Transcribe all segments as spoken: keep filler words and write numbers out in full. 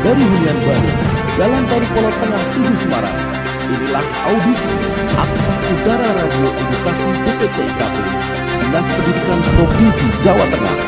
dari hunian baru, Jalan Tari Polo Tengah tujuh Semarang. Inilah audisi Aksa Udara Radio Edukasi B P T I K P, Dinas Pendidikan Provinsi Jawa Tengah.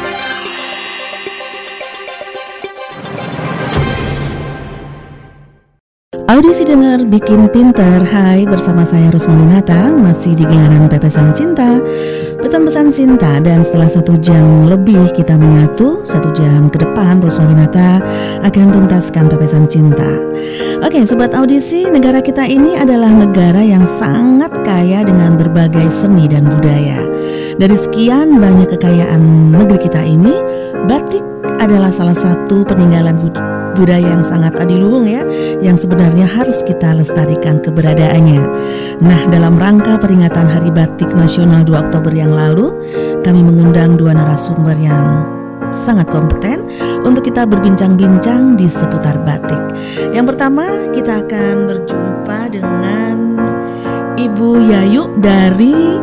Audisi dengar bikin pinter. Hai, bersama saya Rusmaminata, masih di gelaran Pepesan Cinta, pesan-pesan cinta. Dan setelah satu jam lebih kita menyatu, satu jam ke depan Rusmaminata akan tuntaskan pepesan cinta. Oke, sobat audisi, negara kita ini adalah negara yang sangat kaya dengan berbagai seni dan budaya. Dari sekian banyak kekayaan negeri kita ini, batik adalah salah satu peninggalan budaya budaya yang sangat adiluhung ya, yang sebenarnya harus kita lestarikan keberadaannya. Nah, dalam rangka peringatan Hari Batik Nasional dua Oktober yang lalu, kami mengundang dua narasumber yang sangat kompeten untuk kita berbincang-bincang di seputar batik. Yang pertama, kita akan berjumpa dengan Ibu Yayu dari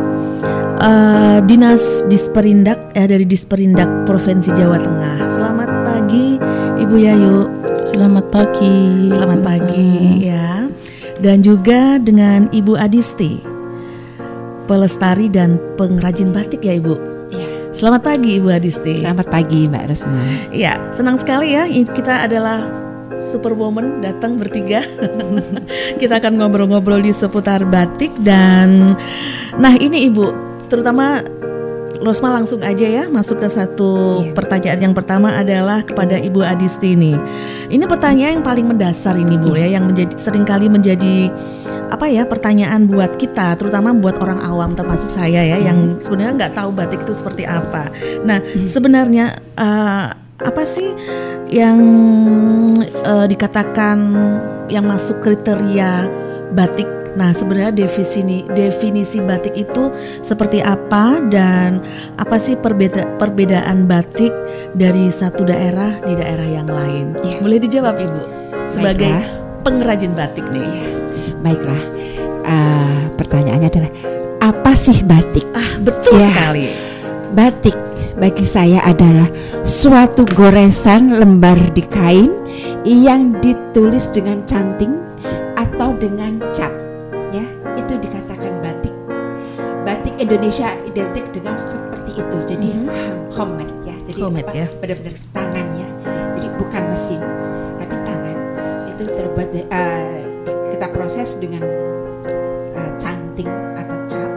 uh, Dinas Disperindak eh, dari Disperindak Provinsi Jawa Tengah. Selamat pagi Ibu Yayu. Selamat pagi. Selamat pagi ya. Dan juga dengan Ibu Adisti, pelestari dan pengrajin batik ya Ibu. Ya. Selamat pagi Ibu Adisti. Selamat pagi Mbak Resma. Ya, senang sekali ya kita adalah Superwoman datang bertiga. Kita akan ngobrol-ngobrol di seputar batik. Dan nah ini Ibu, terutama Rosma langsung aja ya masuk ke satu yeah. pertanyaan. Yang pertama adalah kepada Ibu Adisti ini. Ini pertanyaan yang paling mendasar ini Bu yeah. ya, yang menjadi seringkali menjadi apa ya pertanyaan buat kita, terutama buat orang awam termasuk saya ya, mm. yang sebenarnya nggak tahu batik itu seperti apa. Nah mm. sebenarnya uh, apa sih yang uh, dikatakan yang masuk kriteria batik? Nah, sebenarnya definisi definisi batik itu seperti apa, dan apa sih perbeda, perbedaan batik dari satu daerah di daerah yang lain? Ya. Boleh dijawab Ibu sebagai Baiklah. pengrajin batik nih. Ya. Baiklah, uh, pertanyaannya adalah apa sih batik? Ah, betul ya. sekali. Batik bagi saya adalah suatu goresan lembar di kain yang ditulis dengan canting atau dengan cap. Ya, itu dikatakan batik. Batik Indonesia identik dengan seperti itu. Jadi mm-hmm. homemade ya. Jadi homemade, apa, ya. benar-benar tangan ya. Jadi bukan mesin, tapi tangan. Itu terbuat de, uh, kita proses dengan uh, canting atau cap.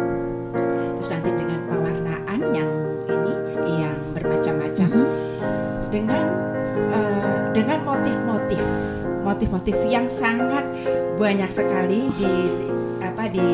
Terus nanti dengan pewarnaan yang ini yang bermacam-macam mm-hmm. dengan uh, dengan motif-motif. Motif-motif yang sangat banyak sekali di apa di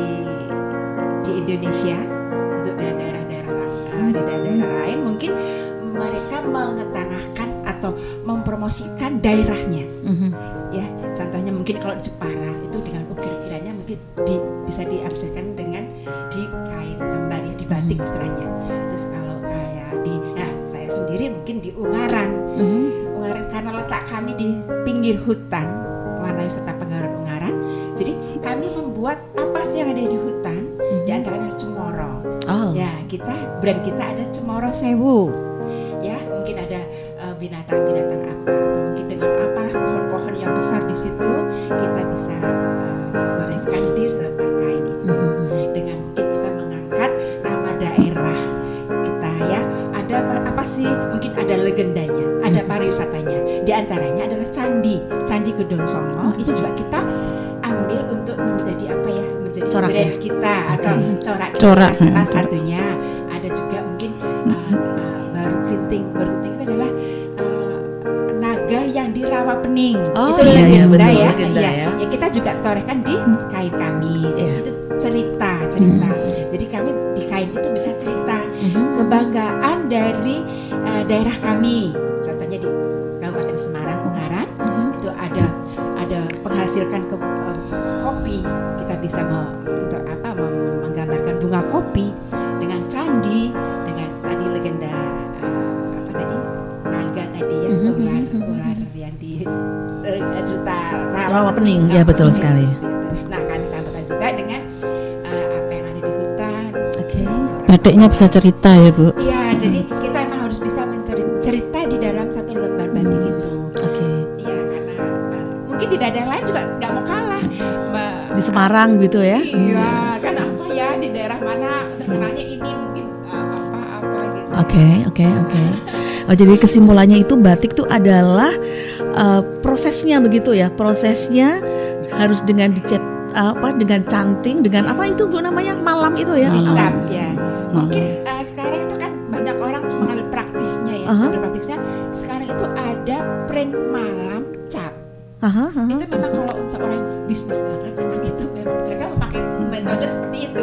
di Indonesia untuk daerah-daerah uh, di daerah-daerah lain. Mungkin mereka mengetengahkan atau mempromosikan daerahnya. Mm-hmm. Ya, contohnya mungkin kalau di Jepara itu dengan ukir-ukirannya mungkin di, bisa diabsenkan dengan di kain lembar ya, di batik istilahnya. Terus kalau kayak di, nah saya sendiri mungkin di Ungaran. Mm-hmm. Ungaran karena letak kami di pinggir hutan, Warna Wisata Pengaruan Ungaran. Jadi kami membuat apa sih yang ada di hutan, mm-hmm. di antaranya Cemoro. Oh. Ya, kita brand kita ada Cemoro Sewu. Ya, mungkin ada uh, binatang-binatang apa, atau mungkin dengan apalah pohon-pohon yang besar di situ kita bisa uh, goreskan di lembar kain itu. Mm-hmm. Dengan mungkin kita mengangkat nama daerah kita ya. Ada apa, apa sih? Mungkin ada legendanya, ada pariwisatanya. Di antaranya adalah candi, Candi Gedong Songo. Itu juga kita ambil untuk menjadi apa ya? Menjadi corak brand ya? kita atau okay. corak kita. Corak. Salah satunya ada juga mungkin uh, uh, baru klinting. Baru klinting itu adalah uh, naga yang di Rawapening. Oh, itu iya, legenda iya, betul, ya. legenda, ya. ya. Ya kita juga torehkan di kain kami. Jadi yeah. itu cerita, cerita. Mm-hmm. Jadi kami di kain itu bisa cerita mm-hmm. kebanggaan dari uh, daerah kami. Contohnya di Kabupaten Semarang, Ungaran, mm-hmm. itu ada ada penghasilkan ke, uh, kopi. Kita bisa me, untuk apa mem- menggambarkan bunga kopi dengan candi, dengan tadi legenda uh, apa tadi naga tadi ya, mm-hmm. ular ular yang di uh, juta Rawapening. Ya betul sekali. Nah kami tambahkan juga dengan uh, apa yang ada di hutan. Oke. Okay. Batiknya bisa cerita ya Bu? Iya, hmm. jadi kita emang harus bisa mencerita cerita di dalam satu lembar batik itu. Oke. Okay. Iya, karena di daerah lain juga nggak mau kalah. Mbak, Di Semarang gitu ya? Iya, kan apa ya di daerah mana terkenalnya ini mungkin uh, apa-apa gitu. Oke, oke, oke. Oh, jadi kesimpulannya itu batik itu adalah uh, prosesnya begitu ya? Prosesnya harus dengan dicet apa dengan canting, dengan apa itu Bu namanya malam itu ya? Dicap ya. Mungkin uh, sekarang itu kan banyak orang mengambil praktisnya ya. Uh-huh. Mengambil praktisnya sekarang itu ada print malam cap. Aha, aha. Itu memang kalau untuk orang bisnis banget memang itu memang mereka memakai metode seperti itu.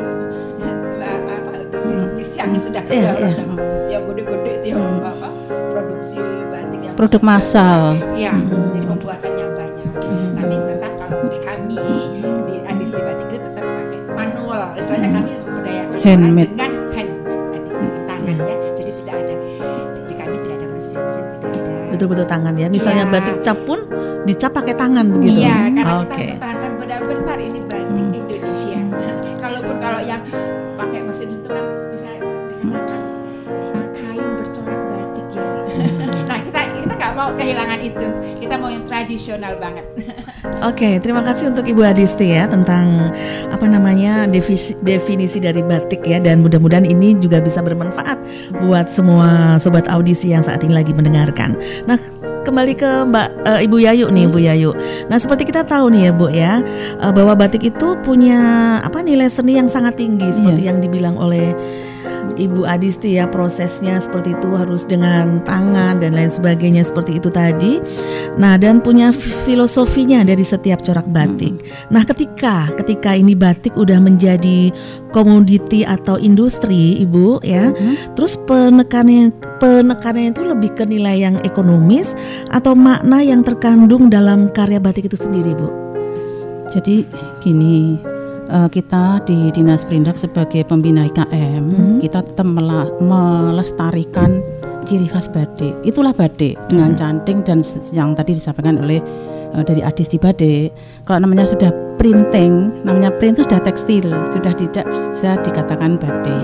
Apa untuk bisnis yang sudah Iya, ya, iya. yang gede-gede itu yang apa produksi batik yang Produk massal. ya, jadi pembuatan yang banyak. Tapi tetap kalau di kami di Adisti Batik itu tetap pakai manual. Istilahnya kami membudayakan Handmade. dengan hand, dengan tangan ya. Jadi tidak ada di kami tidak ada mesin, mesin tidak ada. Betul-betul tangan ya. Misalnya Iya. batik cap pun dicap pakai tangan begitu. Iya, karena Oke. kita mempertahankan benar-benar ini batik Indonesia. Kalaupun kalau yang pakai mesin itu kan bisa dikatakan ah, kain bercorak batik ya. Nah kita kita nggak mau kehilangan itu. Kita mau yang tradisional banget. Oke, terima kasih untuk Ibu Adisti ya tentang apa namanya definisi, definisi dari batik ya, dan mudah-mudahan ini juga bisa bermanfaat buat semua sobat audisi yang saat ini lagi mendengarkan. Nah, kembali ke Mbak uh, Ibu Yayu nih, Bu Yayu. Nah, seperti kita tahu nih ya, Bu ya, uh, bahwa batik itu punya apa nilai seni yang sangat tinggi seperti Iya. yang dibilang oleh Ibu Adisti ya, prosesnya seperti itu harus dengan tangan dan lain sebagainya seperti itu tadi. Nah, dan punya filosofinya dari setiap corak batik. Nah, ketika ketika ini batik udah menjadi komoditi atau industri, Ibu ya. Terus penekanannya penekanannya itu lebih ke nilai yang ekonomis atau makna yang terkandung dalam karya batik itu sendiri, Bu? Jadi gini, uh, kita di Dinas Perindak sebagai pembina I K M, Hmm. kita tetap mela- melestarikan ciri khas batik. Itulah batik dengan canting dan s- yang tadi disampaikan oleh uh, dari Adisti Batik. Kalau namanya sudah printing, namanya print itu sudah tekstil, sudah tidak bisa dikatakan batik.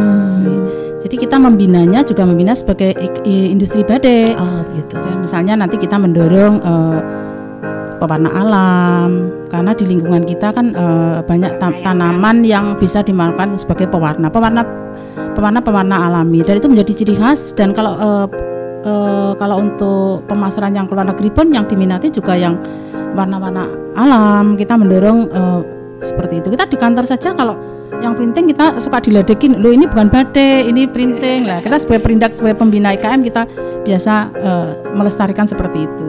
Jadi kita membinanya juga membina sebagai ik- i- industri batik. Oh, gitu. Ya, misalnya nanti kita mendorong uh, pewarna alam, karena di lingkungan kita kan uh, banyak ta- tanaman yang bisa dimanfaatkan sebagai pewarna, pewarna, pewarna, pewarna alami, dan itu menjadi ciri khas. Dan kalau uh, uh, kalau untuk pemasaran yang keluar negeri pun yang diminati juga yang warna-warna alam, kita mendorong uh, seperti itu. Kita di kantor saja kalau yang printing kita suka diledekin, loh ini bukan batik, ini printing lah. Kita sebagai perindak, sebagai pembina I K M kita biasa uh, melestarikan seperti itu.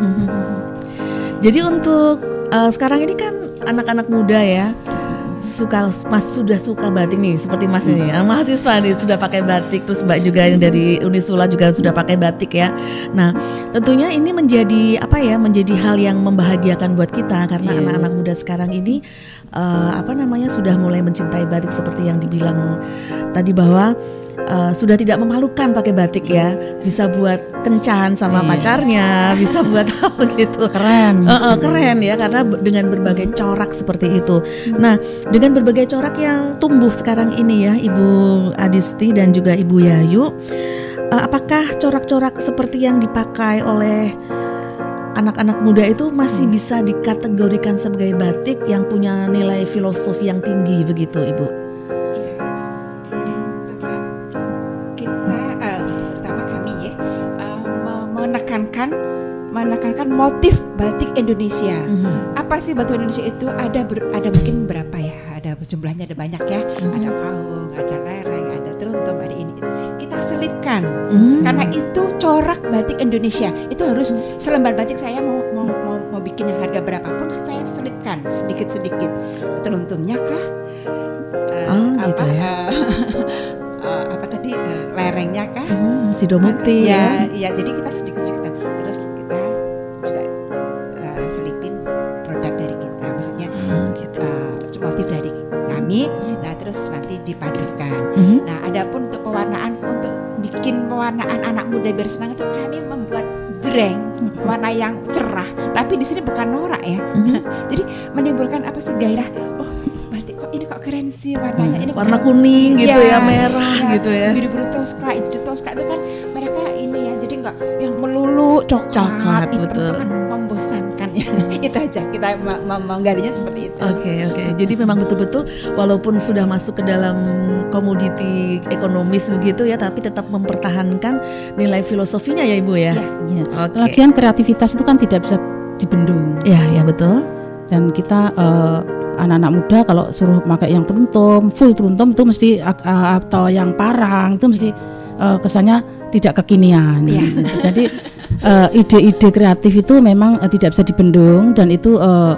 Jadi untuk uh, sekarang ini kan anak-anak muda ya suka mas sudah suka batik nih seperti Mas ini ya, mahasiswa nih sudah pakai batik, terus Mbak juga yang dari Unisula juga sudah pakai batik ya. Nah, tentunya ini menjadi apa ya, menjadi hal yang membahagiakan buat kita karena Iya. anak-anak muda sekarang ini uh, apa namanya sudah mulai mencintai batik seperti yang dibilang tadi bahwa Uh, sudah tidak memalukan pakai batik ya, bisa buat kencan sama Iya. pacarnya, bisa buat apa gitu. Keren. Uh, uh, keren ya, karena b- dengan berbagai corak seperti itu. Nah, dengan berbagai corak yang tumbuh sekarang ini ya, Ibu Adisti dan juga Ibu Yayu, uh, apakah corak-corak seperti yang dipakai oleh anak-anak muda itu masih bisa dikategorikan sebagai batik yang punya nilai filosofi yang tinggi begitu, Ibu? menekankan menekankan motif batik Indonesia. Apa sih batik Indonesia itu? Ada ber, ada mungkin berapa ya? Ada jumlahnya ada banyak ya. Ada kaung, ada lereng, ada teruntum, ada ini. Kita selipkan Hmm. karena itu corak batik Indonesia. Itu harus selembar batik saya mau mau mau, mau bikin yang harga berapapun saya selipkan sedikit-sedikit. Teruntumnya kah? Eh, Oh, gitu ya. eh, eh, apa tadi eh, lerengnya kah? Hmm, Sidomukti ya. Ya, ya, jadi kita sedikit-sedikit terus kita juga uh, selipin produk dari kita, maksudnya Oh, gitu. uh, motif dari kami. Nah, terus nanti dipadukan. Mhm. Nah, adapun untuk pewarnaan, untuk bikin pewarnaan anak muda biar senang itu kami membuat jreng warna yang cerah. Tapi di sini bukan norak ya. Mhm. Jadi menimbulkan apa sih gairah? Oh, batik kok ini kok keren sih warnanya. Ini kok Warna keren kuning sih. gitu ya, merah gitu ya. Biru-biru Tosca, hijau Tosca itu kan mereka ini ya, jadi enggak yang melulu coklat, Coklat, hitam betul. kan membosankan ya. Itu aja kita ma- ma- menggalinya seperti itu. Oke okay, oke. Okay. Jadi memang betul-betul walaupun sudah masuk ke dalam komoditi ekonomis begitu ya, tapi tetap mempertahankan nilai filosofinya ya Ibu ya. Ya. Oke. Okay. Lagian kreativitas itu kan tidak bisa dibendung. Ya ya betul. Dan kita uh, anak-anak muda kalau suruh pakai yang teruntum, full teruntum itu mesti uh, atau yang parang itu mesti uh, kesannya tidak kekinian. Ya. Jadi uh, ide-ide kreatif itu memang uh, tidak bisa dibendung dan itu uh,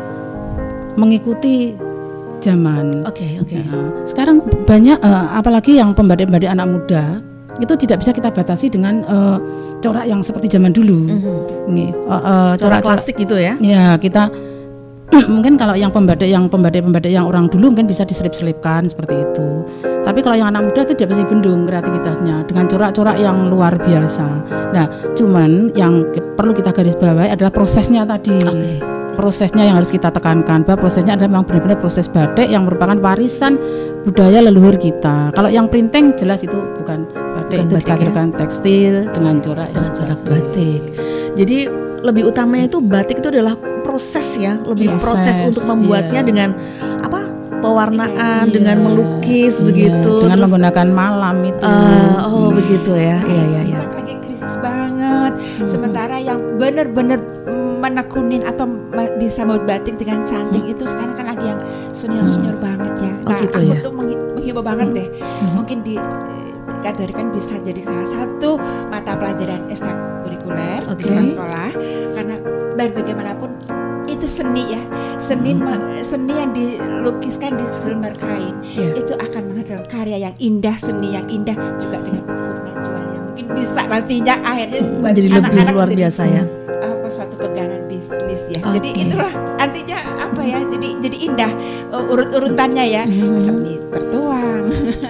mengikuti zaman. Oke okay, oke. Okay. Nah, sekarang banyak uh, apalagi yang pembadik-pembadik anak muda itu tidak bisa kita batasi dengan uh, corak yang seperti zaman dulu. Mm-hmm. Ini uh, uh, corak klasik itu ya. Ya kita mungkin kalau yang pembadik yang pembadik-pembadik yang orang dulu mungkin bisa diselip-selipkan seperti itu. Tapi kalau yang anak muda itu tidak bisa dibendung kreativitasnya dengan corak-corak yang luar biasa. Nah, cuman yang perlu kita garis bawahi adalah prosesnya tadi. Okay. Prosesnya yang harus kita tekankan bahwa prosesnya adalah memang benar-benar proses batik yang merupakan warisan budaya leluhur kita. Kalau yang printing jelas itu bukan batik, bukan itu dikatakan ya? Tekstil dengan corak dengan corak batik. Jadi lebih utamanya itu batik itu adalah proses ya, lebih yes, proses yes, untuk membuatnya yeah. dengan apa? Pewarnaan, yeah, dengan melukis yeah, begitu. Dengan terus, menggunakan malam itu. Uh, oh, hmm. begitu ya. Iya, iya, iya. Lagi krisis banget. Hmm. Sementara yang benar-benar menekunin atau bisa membuat batik dengan cantik hmm. itu sekarang kan lagi yang senior-senior hmm. banget ya. Nah, oh, gitu aku ya? tuh menghibur banget deh. Hmm. Mungkin di kategorikan bisa jadi salah satu mata pelajaran ekstrakurikuler okay. di sekolah-sekolah karena bagaimanapun itu seni ya, seni hmm. ma- seni yang dilukiskan di selembar kain yeah. itu akan menghasilkan karya yang indah, seni yang indah juga dengan purna jual yang mungkin bisa nantinya akhirnya buat jadi anak-anak lebih luar biasa ya. Apa suatu pegangan bisnis ya. Okay. Jadi itulah artinya apa ya? Jadi jadi indah uh, urut-urutannya ya. Hmm. Seni tertuang.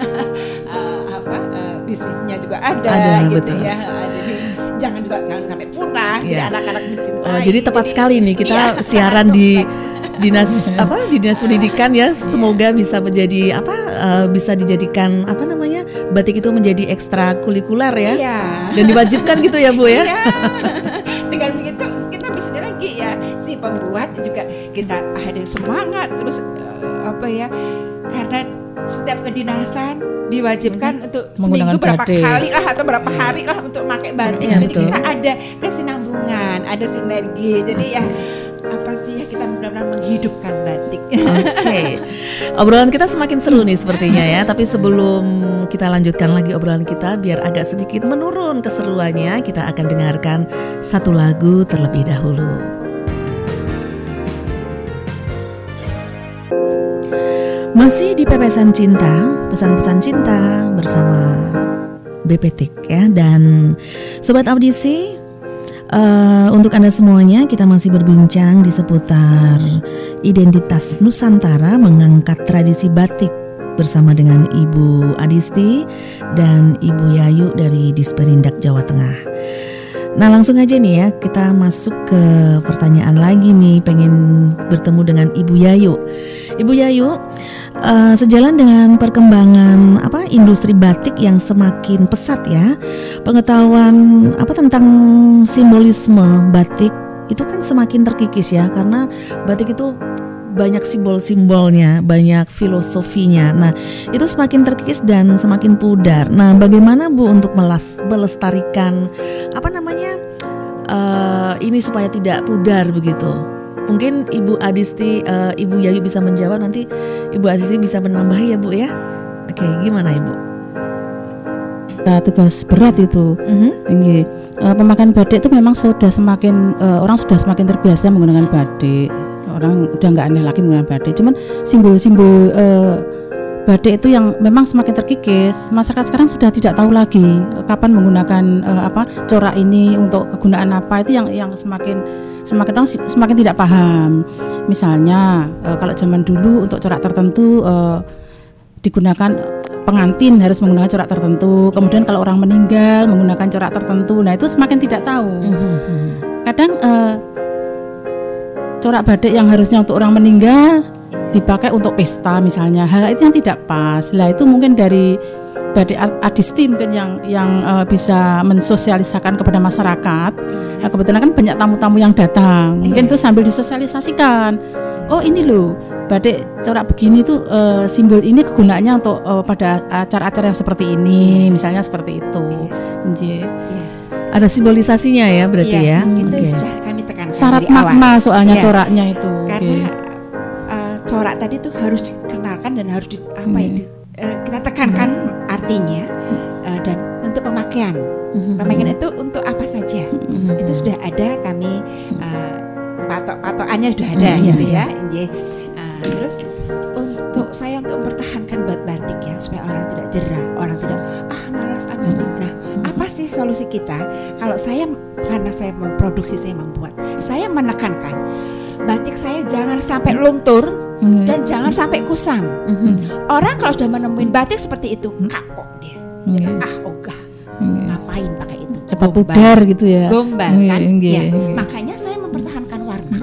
uh, apa uh, bisnisnya juga ada, ada gitu betul. Ya. Uh, jadi jangan juga jangan sampai punah. Yeah. Jadi anak-anak mencintai. Oh, jadi tepat jadi, sekali nih kita iya, siaran di dinas apa di dinas pendidikan ya. Semoga bisa menjadi apa uh, bisa dijadikan apa namanya batik itu menjadi ekstrakurikuler ya. Iya. Dan diwajibkan gitu ya Bu ya. Iya. Dengan begitu kita bisa lagi ya si pembuat juga kita ada semangat terus uh, apa ya karena setiap kedinasan diwajibkan hmm. untuk seminggu berapa batik. Kali lah atau berapa hari lah untuk pakai batik. Ya, jadi betul. Kita ada kesinambungan, ada sinergi. Jadi ya apa sih ya kita benar-benar menghidupkan batik. Oke, okay. Obrolan kita semakin seru nih sepertinya ya. Tapi sebelum kita lanjutkan lagi obrolan kita, biar agak sedikit menurun keseruannya, kita akan dengarkan satu lagu terlebih dahulu. Masih di Pepesan Cinta, pesan-pesan cinta bersama B P T I K ya. Dan Sobat Audisi, uh, untuk Anda semuanya kita masih berbincang di seputar identitas Nusantara, mengangkat tradisi batik bersama dengan Ibu Adisti dan Ibu Yayu dari Disperindak Jawa Tengah. Nah langsung aja nih ya, kita masuk ke pertanyaan lagi nih, pengen bertemu dengan Ibu Yayu. Ibu Yayu, uh, sejalan dengan perkembangan apa industri batik yang semakin pesat ya, pengetahuan apa tentang simbolisme batik itu kan semakin terkikis ya, karena batik itu banyak simbol-simbolnya, banyak filosofinya. Nah, itu semakin terkikis dan semakin pudar. Nah, bagaimana Bu untuk melas, melestarikan apa namanya uh, ini supaya tidak pudar begitu? Mungkin Ibu Adisti, uh, Ibu Yayu bisa menjawab, nanti Ibu Adisti bisa menambah ya Bu ya. Oke, gimana Ibu? Nah, tugas berat itu. Mm-hmm. Ini uh, pemakaian batik itu memang sudah semakin uh, orang sudah semakin terbiasa menggunakan batik. Orang udah nggak aneh lagi menggunakan batik. Cuman simbol-simbol uh, batik itu yang memang semakin terkikis. Masyarakat sekarang sudah tidak tahu lagi kapan menggunakan uh, apa corak ini untuk kegunaan apa. Itu yang yang semakin semakin orang semakin tidak paham. Misalnya uh, kalau zaman dulu untuk corak tertentu uh, digunakan pengantin harus menggunakan corak tertentu. Kemudian kalau orang meninggal menggunakan corak tertentu. Nah itu semakin tidak tahu. Kadang uh, corak batik yang harusnya untuk orang meninggal dipakai untuk pesta misalnya, hal itu yang tidak pas. Lah itu mungkin dari batik adisti mungkin yang yang uh, bisa mensosialisakan kepada masyarakat. Nah, kebetulan kan banyak tamu-tamu yang datang, mungkin itu sambil disosialisasikan. Oh ini loh, batik corak begini tuh uh, simbol ini kegunaannya untuk uh, pada acara-acara yang seperti ini, misalnya seperti itu. Yeah. Yeah. Ada simbolisasinya ya berarti yeah, ya. Itu okay. sudah kami tekankan syarat dari makna awal. soalnya yeah. coraknya itu. Karena okay. uh, corak tadi tuh harus dikenalkan dan harus di, apa ya, di, uh, kita tekankan hmm. artinya uh, dan untuk pemakaian. Hmm. Pemakaian itu untuk apa saja? Hmm. Itu sudah ada kami uh, patok-patokannya sudah ada hmm. gitu ya. ya. Uh, terus untuk saya untuk mempertahankan batik ya supaya orang tidak jerah, orang tidak ah malas ah batik. Nah, apa sih solusi kita? Kalau saya karena saya memproduksi, saya membuat, saya menekankan batik saya jangan sampai luntur hmm. dan jangan sampai kusam. Hmm. Orang kalau sudah menemuin batik seperti itu kapok dia, hmm. ah ogah, hmm. ngapain pakai itu? Cepat pudar gitu ya. Gombal kan? Hmm. Ya. Hmm. Makanya saya mempertahankan warna.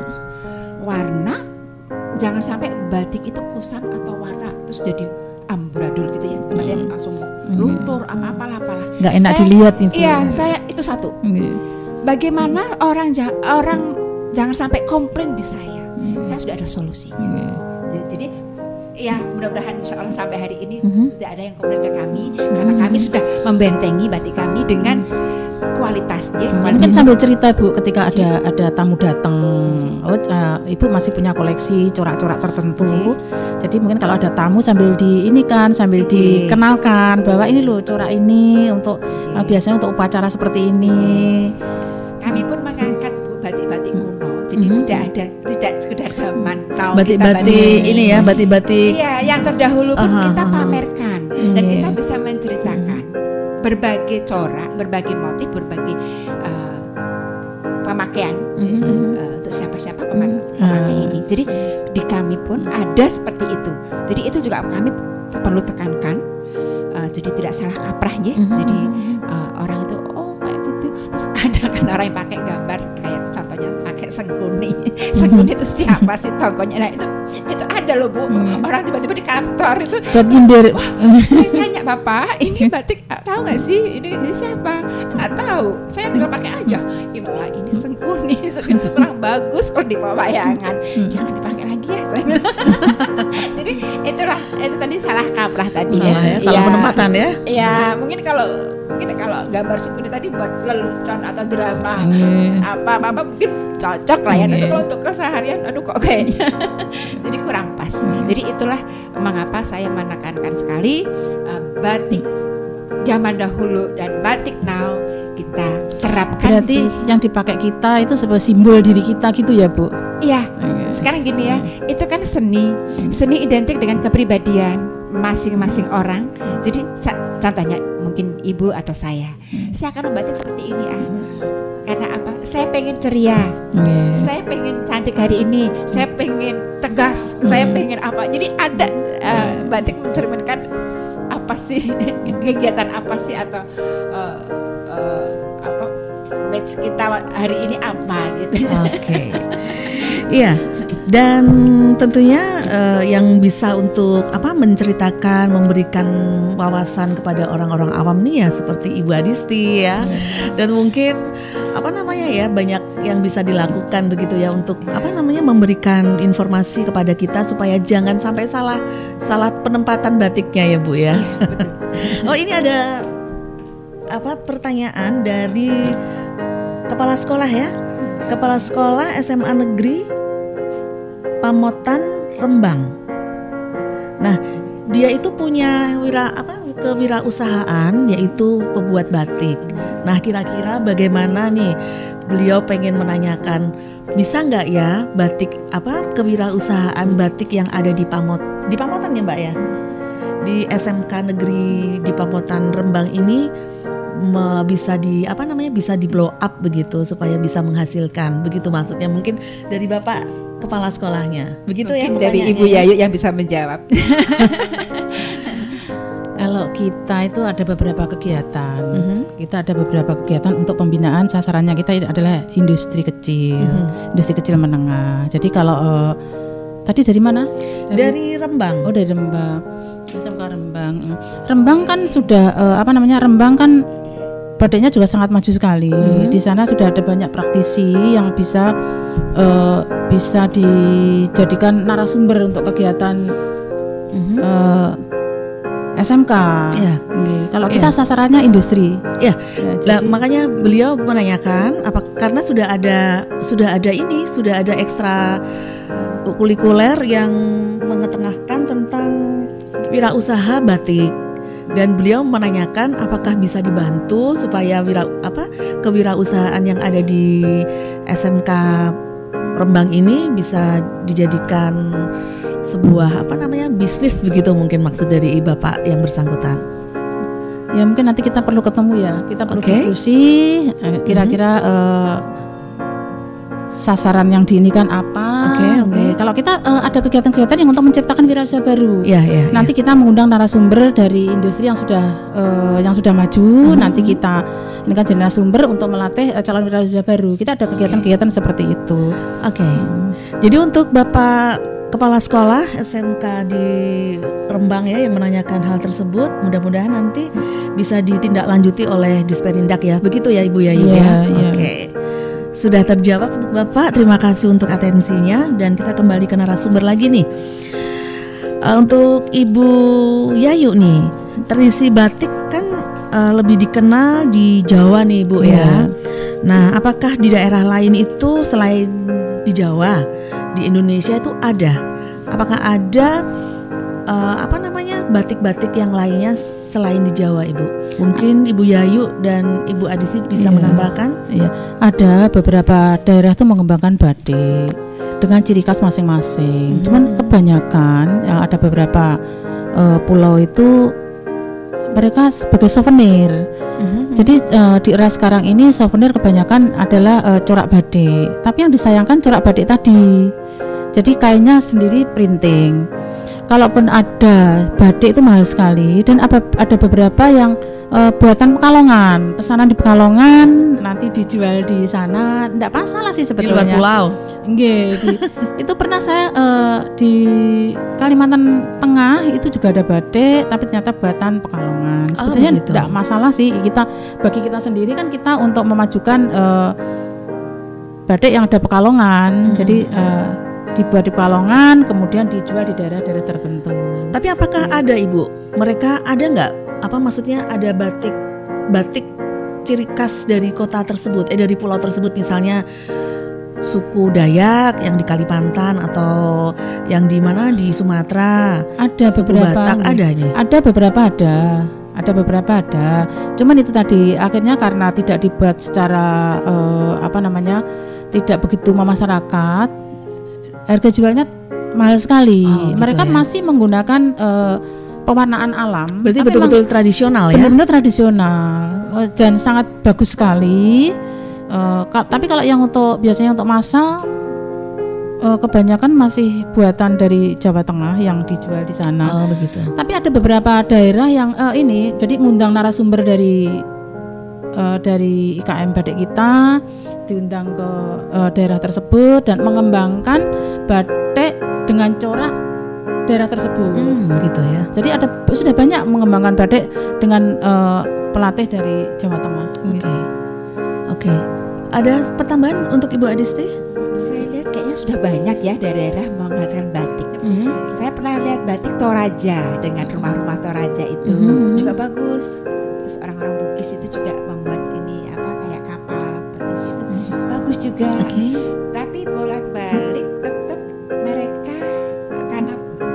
Warna jangan sampai batik itu kusam atau warna terus jadi amburadul gitu ya, maksudnya langsung luntur apa apalah apalah. Nggak enak saya, dilihat itu. Iya, saya itu satu. Okay. Bagaimana orang orang jangan sampai komplain di saya. Okay. Saya sudah ada solusi. Okay. Jadi ya mudah-mudahan insya Allah sampai hari ini mm-hmm. tidak ada yang komplain ke kami mm-hmm. karena kami sudah membentengi batik kami dengan kualitasnya. Hmm, mungkin sambil cerita Bu, ketika ada ada tamu datang, oh, uh, Ibu masih punya koleksi corak-corak tertentu. Cik. Jadi mungkin kalau ada tamu sambil di ini kan, sambil Cik. dikenalkan bahwa ini loh corak ini untuk uh, biasanya untuk upacara seperti ini. Cik. Kami pun mengangkat Bu batik-batik kuno. Jadi hmm. tidak ada tidak sekedar zaman tahun batik-batik ini ya, batik-batik. Iya, yang terdahulu pun uh-huh, kita pamerkan uh-huh. dan yeah. kita bisa menceritakan berbagai corak, berbagai motif, berbagai uh, pemakaian mm-hmm. itu, uh, untuk siapa-siapa pemak- pemakai uh. ini. Jadi di kami pun ada seperti itu. Jadi itu juga kami perlu tekankan. Uh, jadi tidak salah kaprahnya. Mm-hmm. Jadi uh, orang itu oh kayak gitu. Terus ada kan orang yang pakai gambar kayak contohnya pakai sengkuni. Sengkuni itu siapa sih tokonya? Nah itu itu ada loh Bu. Mm. Orang tiba-tiba di kantor itu. Wah, saya tanya Bapak, ini batik tahu nggak sih? Ini, ini siapa? Nggak tahu. Saya tinggal pakai aja. Ya Bapak, ini sengkuni. Sengkuni itu kurang bagus kalau di pewayangan. Jangan dipakai lagi ya. Saya bilang. Jadi itulah itu tadi salah kaprah tadi salah ya. ya. Salah ya, penempatan ya. Ya mungkin kalau mungkin kalau gambar sengkuni tadi buat lelucon atau drama hmm. apa apa mungkin cocok lah ya. Tapi kalau untuk keseharian, aduh kok kayaknya jadi kurang pas. Jadi itulah mengapa saya menekankan sekali uh, batik zaman dahulu dan batik now kita terapkan. Berarti itu. Yang dipakai kita itu sebagai simbol diri kita gitu ya Bu? Iya. Okay. Sekarang gini ya, itu kan seni. Seni identik dengan kepribadian masing-masing orang. Jadi contohnya mungkin Ibu atau saya, saya akan membatik seperti ini ah. Karena apa? Saya pengen ceria, yeah. saya pengen cantik hari ini, saya pengen tegas, mm. saya pengen apa. Jadi ada uh, batik mencerminkan apa sih kegiatan apa sih atau uh, uh, apa match kita hari ini apa gitu. Oke, okay. Iya. Dan tentunya uh, yang bisa untuk apa menceritakan, memberikan wawasan kepada orang-orang awam nih ya seperti Ibu Adisti ya. Dan mungkin apa namanya ya banyak yang bisa dilakukan begitu ya untuk apa namanya memberikan informasi kepada kita supaya jangan sampai salah salah penempatan batiknya ya Bu ya. Betul. Oh ini ada apa pertanyaan dari kepala sekolah ya. Kepala sekolah S M A Negeri Pamotan Rembang. Nah, dia itu punya wira apa kewirausahaan yaitu pembuat batik. Nah, kira-kira bagaimana nih? Beliau pengen menanyakan bisa nggak ya batik apa kewirausahaan batik yang ada di Pamot di Pamotan ya Mbak ya? Di S M K Negeri di Pamotan Rembang ini me, bisa di apa namanya bisa di blow up begitu supaya bisa menghasilkan. Begitu maksudnya mungkin dari Bapak kepala sekolahnya. Begitu mungkin ya dari Ibu Yayu yang bisa menjawab. Kalau kita itu ada beberapa kegiatan. Mm-hmm. Kita ada beberapa kegiatan untuk pembinaan sasarannya kita adalah industri kecil, mm-hmm. industri kecil menengah. Jadi kalau uh, tadi dari mana? Dari, dari Rembang. Oh, dari Rembang. S M K Rembang. Rembang kan sudah uh, apa namanya? Rembang kan batiknya juga sangat maju sekali. Mm-hmm. Di sana sudah ada banyak praktisi yang bisa uh, bisa dijadikan narasumber untuk kegiatan mm-hmm. uh, S M K. Ya. Kalau kita ya. Sasarannya industri. Ya. ya jadi, nah, makanya beliau menanyakan apa karena sudah ada sudah ada ini sudah ada ekstra kurikuler yang mengetengahkan tentang wirausaha batik dan beliau menanyakan apakah bisa dibantu supaya wira apa kewirausahaan yang ada di S M K Rembang ini bisa dijadikan sebuah apa namanya bisnis begitu mungkin maksud dari Bapak yang bersangkutan. Ya mungkin nanti kita perlu ketemu ya, kita perlu okay. diskusi kira-kira mm-hmm. uh, sasaran yang diinikan apa. Okay, okay. Kalau kita uh, ada kegiatan-kegiatan yang untuk menciptakan wirausaha baru. Yeah, yeah, nanti yeah. kita mengundang narasumber dari industri yang sudah uh, yang sudah maju. Mm-hmm. Nanti kita ini kan jadi narasumber untuk melatih uh, calon wirausaha baru. Kita ada kegiatan-kegiatan okay. seperti itu. Oke. Okay. Hmm. Jadi untuk Bapak Kepala Sekolah S M K di Rembang ya yang menanyakan hal tersebut, mudah-mudahan nanti bisa ditindaklanjuti oleh Disperindak ya. Begitu ya Ibu Yayu yeah, ya. Yeah. Oke. Okay. Sudah terjawab untuk Bapak. Terima kasih untuk atensinya dan kita kembali ke narasumber lagi nih. Uh, untuk Ibu Yayu nih, tradisi batik kan uh, lebih dikenal di Jawa nih Bu yeah. ya. Nah, apakah di daerah lain itu selain di Jawa, di Indonesia itu ada? Apakah ada uh, apa namanya batik-batik yang lainnya selain di Jawa, Ibu? Mungkin Ibu Yayu dan Ibu Adisti bisa yeah. menambahkan? Iya, yeah. ada beberapa daerah tuh mengembangkan batik dengan ciri khas masing-masing. Mm-hmm. Cuman kebanyakan ya, ada beberapa uh, pulau itu mereka sebagai souvenir. Mm-hmm. Jadi uh, di era sekarang ini souvenir kebanyakan adalah uh, corak batik. Tapi yang disayangkan corak batik tadi. Jadi kainnya sendiri printing. Kalaupun ada batik itu mahal sekali dan ada, ada beberapa yang uh, buatan Pekalongan, pesanan di Pekalongan nanti dijual di sana. Tidak masalah sih sebetulnya. Di luar pulau. Nggih, di, itu pernah saya uh, di Kalimantan Tengah itu juga ada batik tapi ternyata buatan Pekalongan. Sebetulnya oh, tidak masalah sih kita bagi kita sendiri kan kita untuk memajukan uh, batik yang ada Pekalongan. Hmm. Jadi uh, dibuat di Pekalongan kemudian dijual di daerah-daerah tertentu. Tapi apakah ada Ibu? Mereka ada nggak? Apa maksudnya ada batik batik ciri khas dari kota tersebut, eh dari pulau tersebut misalnya suku Dayak yang di Kalimantan atau yang di mana di Sumatera? Ada suku beberapa. Batak ada nih. Ada beberapa ada. Ada beberapa ada. Cuman itu tadi akhirnya karena tidak dibuat secara uh, apa namanya tidak begitu memasyarakat. Harga jualnya mahal sekali. Oh, gitu mereka ya. Masih menggunakan uh, pewarnaan alam. Berarti betul-betul tradisional ya? Benar-benar tradisional uh, dan sangat bagus sekali. Uh, ka- tapi kalau yang untuk biasanya untuk massal, uh, kebanyakan masih buatan dari Jawa Tengah yang dijual di sana. Oh begitu. Tapi ada beberapa daerah yang uh, ini, jadi ngundang narasumber dari uh, dari I K M Batik kita. Diundang ke uh, daerah tersebut dan mengembangkan batik dengan corak daerah tersebut. Hmm, gitu ya. Jadi ada sudah banyak mengembangkan batik dengan uh, pelatih dari Jawa Tengah. Oke, okay. oke. Okay. Ada pertambahan untuk Ibu Adisti? Saya lihat kayaknya sudah banyak ya daerah menghasilkan batik. Mm-hmm. Saya pernah lihat batik Toraja dengan rumah-rumah Toraja itu mm-hmm. juga bagus. Terus orang-orang Bugis itu juga membuat ini apa kayak kapal betis itu mm-hmm. bagus juga. Okay. Tapi bolak-balik tetap mereka karena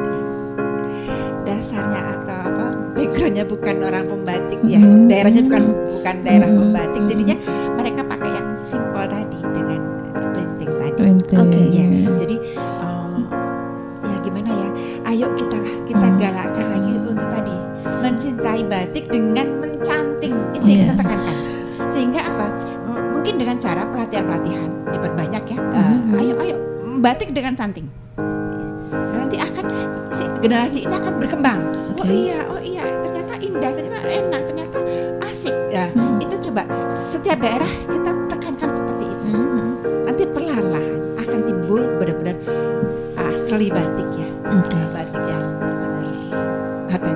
dasarnya atau apa backgroundnya bukan orang pembatik ya, mm-hmm. daerahnya bukan bukan daerah mm-hmm. pembatik, jadinya mereka pakai yang simple tadi dengan printing tadi. Oke. Okay, ya. Jadi uh, ya gimana ya? Ayo kita kita mm. galakkan lagi untuk tadi mencintai batik dengan mencanting itu yang yeah. kita tekankan. Sehingga apa? Mungkin dengan cara pelatihan-pelatihan diperbanyak ya. Uh, mm-hmm. Ayo ayo batik dengan canting. Nanti akan si generasi ini akan berkembang. Okay. Oh iya, oh iya, ternyata indah, ternyata enak, ternyata asik. Ya, hmm. itu coba setiap daerah kita tekankan seperti itu. Hmm. Nanti perlahan-lahan akan timbul benar-benar asli batik ya. Okay. Batik yang benar-benar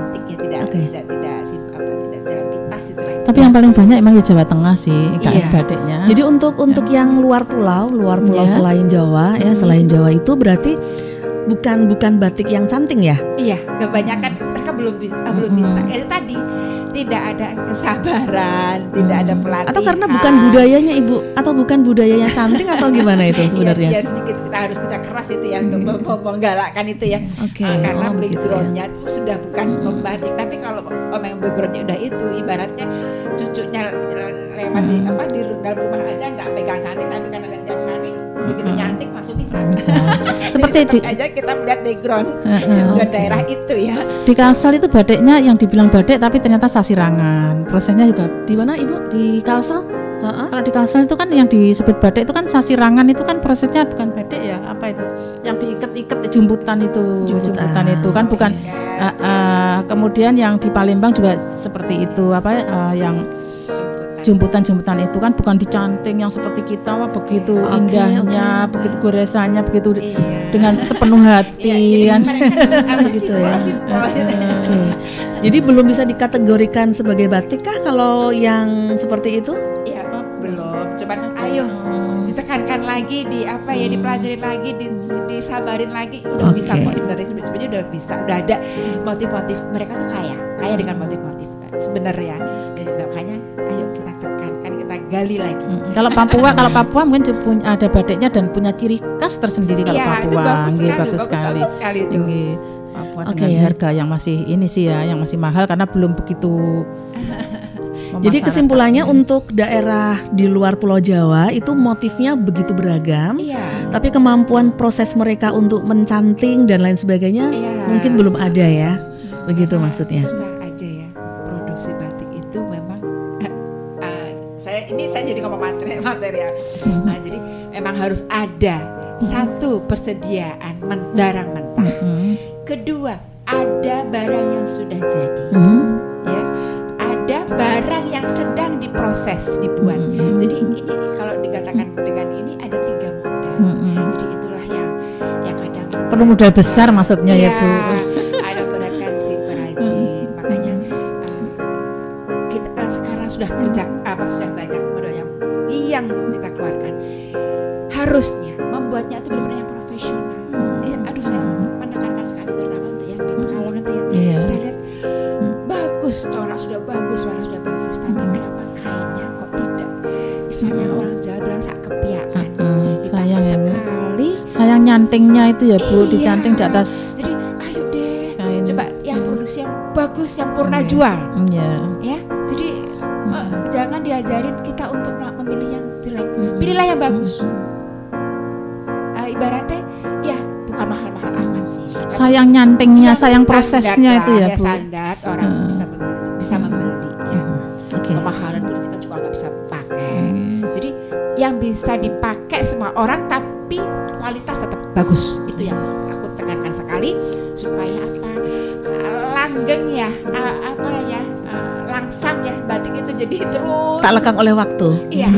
Tapi yang paling banyak emang di Jawa Tengah sih I K F Iya. batiknya. Jadi untuk untuk yang luar pulau, luar pulau Ya. selain Jawa ya, selain Jawa itu berarti bukan bukan batik yang canting ya? Iya, kebanyakan mereka belum bisa, belum bisa. Itu tadi tidak ada kesabaran, tidak ada pelatihan. Atau karena bukan budayanya Ibu, atau bukan budayanya canting atau gimana itu sebenarnya? Iya, ya, sedikit kita harus kerja keras itu ya untuk mem- mem- menggalakkan itu ya. Oke, Uh, karena oh, begitu backgroundnya itu sudah bukan membatik, tapi kalau om yang backgroundnya udah itu, ibaratnya cucunya lewat di apa di dalam rumah aja nggak pegang cantik, tapi karena lihat tiap hari begitu nyantik langsung bisa. Bisa. Seperti Jadi di tetap aja kita melihat background Heeh, dari oke. daerah itu ya. di Kalsel itu batiknya yang dibilang batik tapi ternyata sasirangan. Prosesnya juga Di mana Ibu? di Kalsel. Heeh. Kalau di Kalsel itu kan yang disebut batik itu kan sasirangan, itu kan prosesnya bukan batik ya, apa itu? Yang diikat-ikat jumputan itu, Jumputan. jumputan itu kan bukan. Ya, Uh, uh, kemudian yang di Palembang juga seperti itu, apa uh, yang jemputan. jumputan-jumputan itu kan bukan dicanting yang seperti kita, wah begitu Oke, indahnya, oke. begitu goresannya, begitu Iya. dengan sepenuh hati Iya, kan. jadi mereka apa Gitu simpel, ya. simpel. Oke. Jadi belum bisa dikategorikan sebagai batik kah kalau yang seperti itu? Iya, belum. Cuman ayo ditekankan lagi, di apa ya, dipelajarin lagi, di, disabarin lagi, udah Oke. bisa kok sebenarnya sebenarnya udah bisa, udah ada motif-motif, mereka tuh kaya, kaya dengan motif-motif kan sebenarnya. Jadi makanya ayo kita tekankan, kita gali lagi. Mm, Kalau Papua, kalau Papua mungkin dia punya ada batiknya dan punya ciri khas tersendiri kalau Iya, Papua. itu bagus Nggih, sekali, bagus sekali. bagus sekali itu. Nggih. Papua Oke, dengan ya. harga yang masih ini sih ya, yang masih mahal karena belum begitu. Jadi memasyarakat. kesimpulannya untuk daerah di luar Pulau Jawa itu motifnya begitu beragam, Iya. tapi kemampuan proses mereka untuk mencanting dan lain sebagainya Iya. mungkin belum ada ya. Begitu Karena maksudnya. Terus terang aja ya, produksi batik itu memang eh, saya ini saya jadi ngomong materi material. Nah, jadi memang harus ada satu persediaan men- barang mentah. Mm. Kedua, ada barang yang sudah jadi. Mhm. Ya, ada barang yang sedang diproses dibuat. Mm. Jadi ini kalau dikatakan dengan ini ada tiga modal. Mm-mm. Jadi itulah yang yang kadang Perlu modal besar maksudnya ya, Iya, Bu. ada beratkan si perajin. Makanya uh, kita uh, sekarang sudah kerja apa sudah banyak modal yang yang kita keluarkan. Harusnya membuatnya itu benar-benar yang profesional. Ya, aduh saya menekankan sekali terutama untuk yang di Pekalongan tuh ya. Iya. Saya lihat bagus, corak sudah bagus, warna sudah bagus, tapi kenapa kainnya kok tidak? Istilahnya orang Jawa bilang sak kepiakan. Mm, Dipakai sayang ya, Bu. sekali. Sayang nyantingnya itu ya, Bu, Iya. dicanting di atas Jadi ayo deh, kain. coba yang produksi yang bagus, yang purna Iya. jual, Iya. ya. Jadi eh, jangan diajarin kita untuk memilih yang jelek. Mm. Pilihlah yang bagus. Eh, ibaratnya, ya bukan mahal-mahal amat sih. Tapi Sayang nyantingnya, yang sayang standar prosesnya lah, itu ya, Bu. Standar orang Hmm. bisa membeli, bisa membeli. Ya. Oke. Kemahalan pun kita juga nggak bisa pakai. Jadi yang bisa dipakai semua orang, tapi kualitas tetap bagus. Itu yang aku tekankan sekali supaya apa eh, langgeng ya, eh, apa ya, eh, langsam ya batik itu jadi terus. Tak lekang oleh waktu. Iya.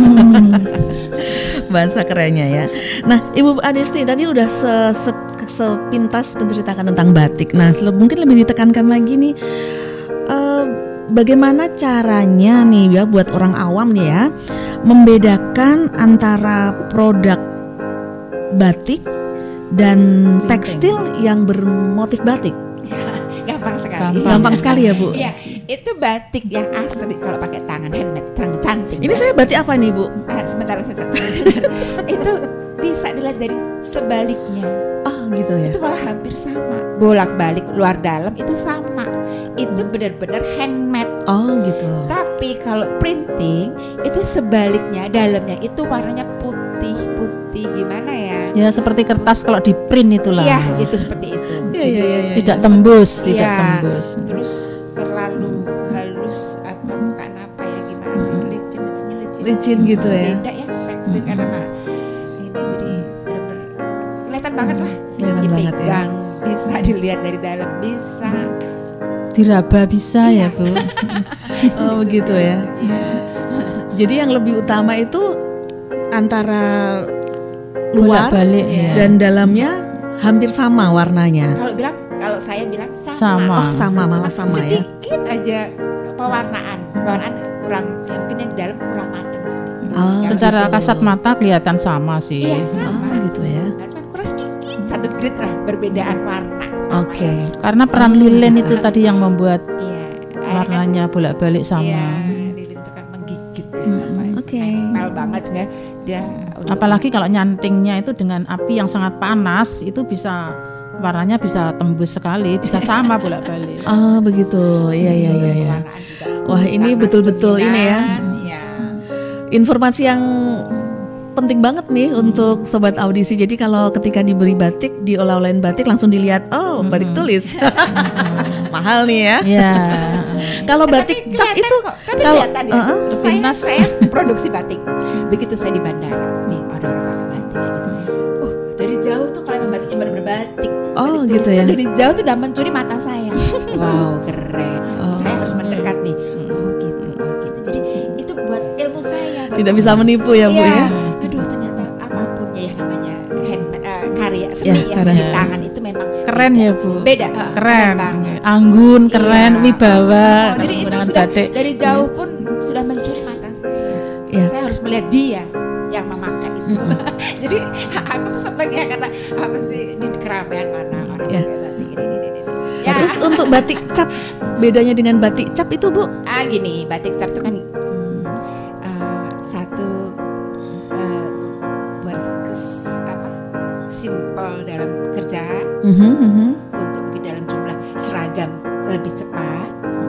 Bahasa kerennya ya. Nah, Ibu Adisti tadi udah se- se- sepintas menceritakan tentang batik. Nah, le- mungkin lebih ditekankan lagi nih, eh, bagaimana caranya nih ya buat orang awam nih ya membedakan antara produk batik dan Printing. tekstil yang bermotif batik. Gampang sekali. Gampang. Gampang sekali ya, Bu. Iya, itu batik yang asli kalau pakai tangan handmade, can- cantik. Ini saya batik apa nih, Bu? Ah, sebentar saya sebentar. Itu bisa dilihat dari sebaliknya. Oh, gitu ya. Itu malah hampir sama. Bolak-balik luar dalam itu sama. Itu benar-benar handmade. Oh, gitu. Tapi kalau printing itu sebaliknya, dalamnya itu warnanya putih-putih gimana ya? Ya seperti kertas kalau di print itulah. Iya, itu seperti itu. Iya, iya, iya, iya. Tidak tembus, tidak Iya. tembus. Terus terlalu halus apa bukan apa ya gimana sih, licin licin licin. Licin gitu ya. Beda ya tekstil karena mah ini jadi benar-benar kelihatan banget lah. Kelihatan banget ya. Dipegang bisa dilihat dari dalam bisa. Diraba bisa Iya. ya, Bu. Oh, begitu ya. Iya. Jadi yang lebih utama itu antara luar Bolak-balik Iya. ya. dan dalamnya hampir sama warnanya. Kalau bilang kalau saya bilang sama. Sama. Oh, sama malah Cuma sama ya. sedikit aja pewarnaan, pewarnaan kurang, ya mungkin yang di dalam kurang matang sedikit. Oh, Yang Secara gitu. kasat mata kelihatan sama sih. Iya sama. Oh, gitu ya. Nah, cuma kurang sedikit, satu grade lah perbedaan warna. Oke. Karena peran lilin itu tadi yang membuat Iya. akhirnya warnanya bolak-balik kan, iya, sama. lilin itu kan menggigit ya. Mm-mm, apa, oke. Nempel banget sehingga dia. untuk- Apalagi kalau nyantingnya itu dengan api yang sangat panas, itu bisa warnanya bisa tembus sekali, bisa sama bolak-balik. Oh, begitu. Iya, iya, iya, Terus iya. pewarnaan juga Wah, ini sama betul-betul ini ya. dominan, iya. Informasi yang penting banget nih untuk sobat audisi. Jadi kalau ketika diberi batik, diolah-olahin batik langsung dilihat, oh, batik tulis. Mahal nih ya. Iya. Kalau Tapi batik cap kelihatan itu kok, tapi kalau kelihatan ya. uh-uh, saya, sepintas. saya produksi batik. Begitu saya di bandara, nih ada orang pakai batik kayak gitu. Oh, dari jauh tuh kalau emang batiknya benar-benar batik. Oh, batik gitu tulis, ya. Dari jauh tuh udah mencuri mata saya. Wow, keren. Oh. Saya harus mendekat nih. Oh, gitu. Oh, gitu. Jadi itu buat ilmu saya. buat tidak bisa menipu ya, Bu Iya. ya. Aduh, ternyata apapun ya yang namanya hand, uh, karya seni Ya, ya, karya. di tangan itu memang Keren beda. ya, Bu. Beda, uh, Keren. banget. Anggun, keren, Iya. wibawa. Oh, jadi itu menggunakan sudah batik. dari jauh pun sudah mencuri mata saya. Iya. Saya harus melihat dia yang memakai itu. Jadi aku tuh seneng ya karena apa sih di keramaian mana orang Iya. pakai batik ini ini ini. Ya. Terus untuk batik cap, bedanya dengan batik cap itu, Bu? Ah gini, batik cap itu kan hmm, uh, satu uh, buat kes, apa simple dalam bekerja Mhm, mhm. untuk mungkin dalam jumlah seragam lebih cepat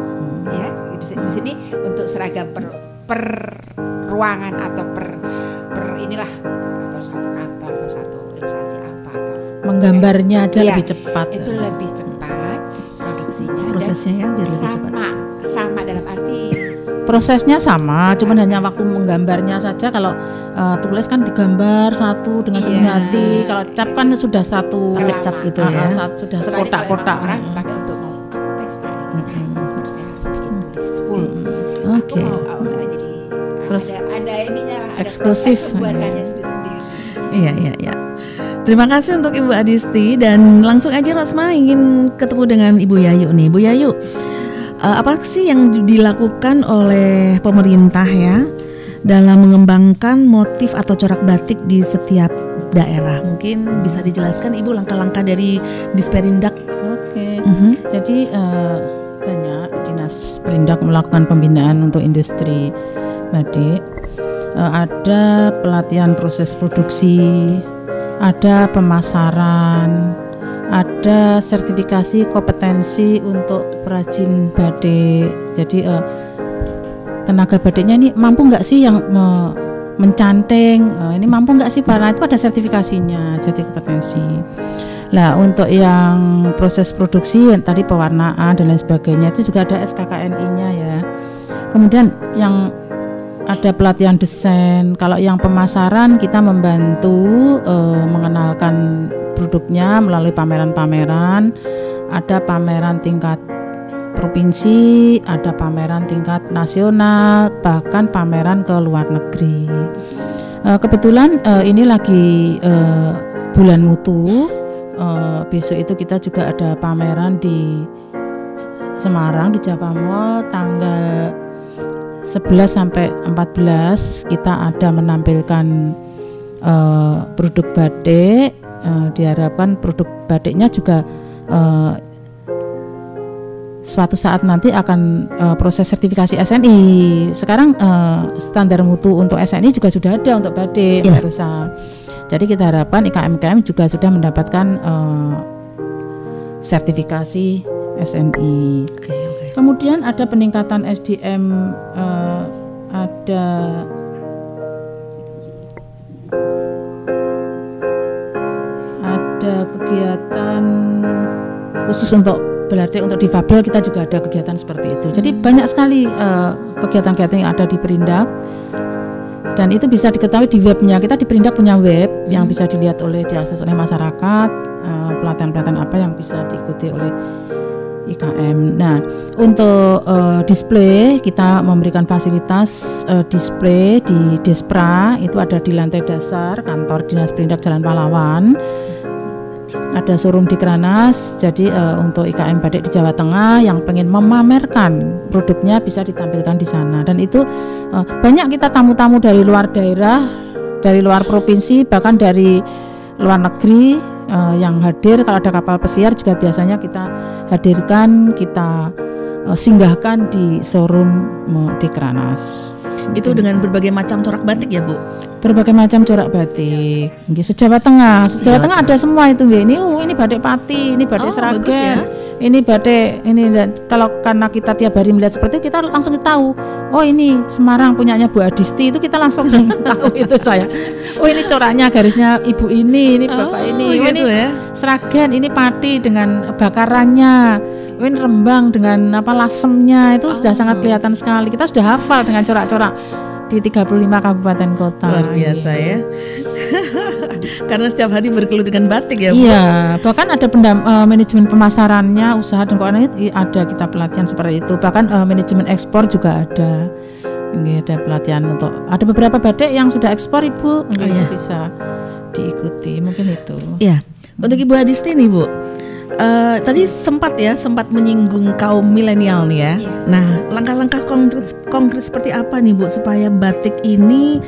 ya di, si- di sini untuk seragam per, per ruangan atau per per inilah atau satu kantor atau satu instansi apa atau Menggambarnya aja Iya, lebih cepat. itu lebih cepat produksinya Prosesnya ya biar dan lebih cepat. sama sama dalam arti Prosesnya sama, cuman hanya waktu menggambarnya saja. Kalau uh, tulis kan digambar satu dengan sepenuh Iya. hati. Kalau cap kan sudah satu Pakai cap gitu uh, ya. uh, sat- sudah kecuali kalau sekotak-kotak. memang orang dipakai untuk mau pesta ini nah, saya harus bikin tulis full. Oke. Aku mau uh, jadi Terus ada, ada ininya lah, ada eksklusif. proses pembuatannya sendiri-sendiri. Iya, iya, iya. Terima kasih untuk Ibu Adisti dan langsung aja Rosma ingin ketemu dengan Ibu Yayu nih. Bu Yayu, eh, apa sih yang dilakukan oleh pemerintah ya dalam mengembangkan motif atau corak batik di setiap daerah? Mungkin bisa dijelaskan Ibu langkah-langkah dari Disperindak. Oke. Mhm. Jadi eh, banyak dinas Perindak melakukan pembinaan untuk industri batik. Eh, ada pelatihan proses produksi, ada pemasaran, ada sertifikasi kompetensi untuk perajin batik. Jadi eh, tenaga batiknya ini mampu nggak sih yang me- mencanting, eh, ini mampu nggak sih para itu ada sertifikasinya, sertifikasi kompetensi. Nah untuk yang proses produksi yang tadi pewarnaan dan lain sebagainya itu juga ada S K K N I-nya ya. Kemudian yang ada pelatihan desain. Kalau yang pemasaran kita membantu eh, mengenalkan produknya melalui pameran-pameran. Ada pameran tingkat provinsi, ada pameran tingkat nasional, bahkan pameran ke luar negeri. Eh, kebetulan eh, ini lagi eh, bulan mutu. Eh, besok itu kita juga ada pameran di Semarang di Java Mall tanggal sebelas sampai empat belas kita ada menampilkan uh, produk batik. Uh, diharapkan produk batiknya juga uh, suatu saat nanti akan uh, proses sertifikasi S N I. Sekarang uh, standar mutu untuk S N I juga sudah ada untuk batik, Ya. Mbak Rosa. Jadi kita harapkan I K M K M juga sudah mendapatkan uh, sertifikasi S N I. Oke, oke. Kemudian ada peningkatan S D M, eh, ada ada kegiatan khusus untuk berarti untuk difabel kita juga ada kegiatan seperti itu. Jadi banyak sekali eh, kegiatan-kegiatan yang ada di Perindak dan itu bisa diketahui di webnya. Kita di Perindak punya web yang bisa dilihat oleh diakses oleh masyarakat, eh, pelatihan-pelatihan apa yang bisa diikuti oleh I K M. Nah, untuk uh, display kita memberikan fasilitas uh, display di Despra, itu ada di lantai dasar kantor Dinas Perindak Jalan Pahlawan. ada showroom di Kranas. Jadi uh, untuk I K M batik di Jawa Tengah yang pengen memamerkan produknya bisa ditampilkan di sana. Dan itu uh, banyak kita tamu-tamu dari luar daerah, dari luar provinsi, bahkan dari luar negeri uh, yang hadir. Kalau ada kapal pesiar juga biasanya kita hadirkan, kita uh, singgahkan di showroom uh, di Kranas. Itu dengan berbagai macam corak batik ya, Bu? Berbagai macam corak batik. Nggih, se-Jawa Tengah. Se-Jawa Tengah ada semua itu nggih. Ini oh, ini batik Pati, ini batik Oh, Sragen. bagus ya. Ini batik ini dan kalau karena kita tiap hari melihat seperti itu kita langsung tahu. Oh, ini Semarang punyanya Bu Adisti, itu kita langsung tahu itu saya. Oh, ini coraknya garisnya Ibu ini, ini Bapak Oh, ini. Oh, gitu ini ya. Sragen, ini Pati dengan bakarannya. Oh, ini Rembang dengan apa lasemnya. Itu sudah Oh. sangat kelihatan sekali. Kita sudah hafal dengan corak-corak di tiga puluh lima kabupaten kota. Luar biasa ya. Karena setiap hari berkeluh dengan batik ya, Bu? Iya, bahkan ada pendam, uh, manajemen pemasarannya, usaha dan keuangan itu ada kita pelatihan seperti itu. Bahkan uh, manajemen ekspor juga ada. Nggih, ada pelatihan untuk ada beberapa batik yang sudah ekspor, Ibu. Nggih, Oh, iya. bisa diikuti. Mungkin itu. Iya. Untuk Ibu Adisti nih, Bu. Eh, tadi sempat ya, sempat menyinggung kaum milenial nih ya. Iya. Nah, langkah-langkah konkret konkret seperti apa nih, Bu, supaya batik ini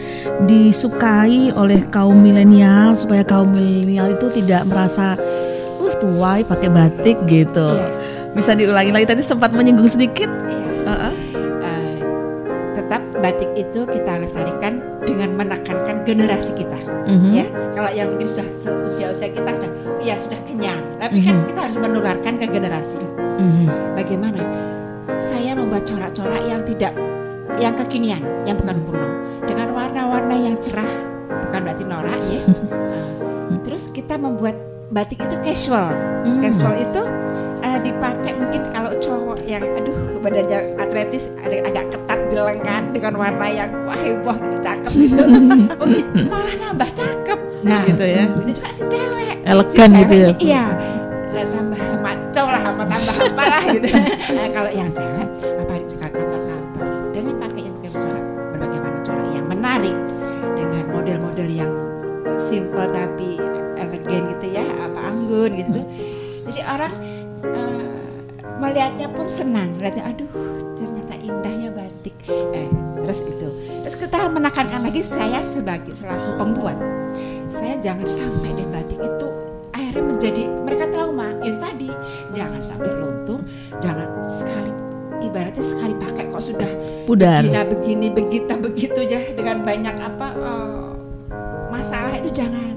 disukai oleh kaum milenial, supaya kaum milenial itu tidak merasa uh tuai pakai batik gitu. Iya. Bisa diulangi lagi, tadi sempat menyinggung sedikit. Iya. Uh-uh. Eh, tetap batik itu kita lestarikan dengan menekankan generasi kita. Mhm. Ya, kalau yang mungkin sudah usia-usia kita sudah, ya sudah kenyang, tapi kan Mhm. kita harus menularkan ke generasi. Mhm. Bagaimana? Saya membuat corak-corak yang tidak, yang kekinian, yang bukan kuno, dengan warna-warna yang cerah, bukan berarti norak ya. Nah, terus kita membuat batik itu casual. Hmm. Casual itu eh, dipakai mungkin kalau cowok yang aduh badannya atletis ada agak ketat di lengan dengan warna yang wah heboh gitu, cakep gitu. Mungkin malah nambah cakep. Nah, Gitu ya. itu juga si cewek. Elegan Si gitu ya. cewek, iya. Nah, tambah maco lah apa tambah apa lah gitu. Nah, kalau yang cewek apa di kantor-kantor dengan pakai yang pakai corak berbagai warna corak yang menarik dengan model-model yang simple tapi elegan gitu ya, apa anggun gitu. Jadi orang eh, melihatnya pun senang, melihatnya aduh ternyata indahnya batik. Eh, terus itu. Terus kita menekankan lagi saya sebagai selaku pembuat. Saya jangan sampai deh batik itu akhirnya menjadi mereka trauma. Itu tadi, jangan sampai luntur, jangan sekali ibaratnya sekali pakai kok sudah Pudar. begini begini begitu begitu ya dengan banyak apa eh, masalah itu jangan.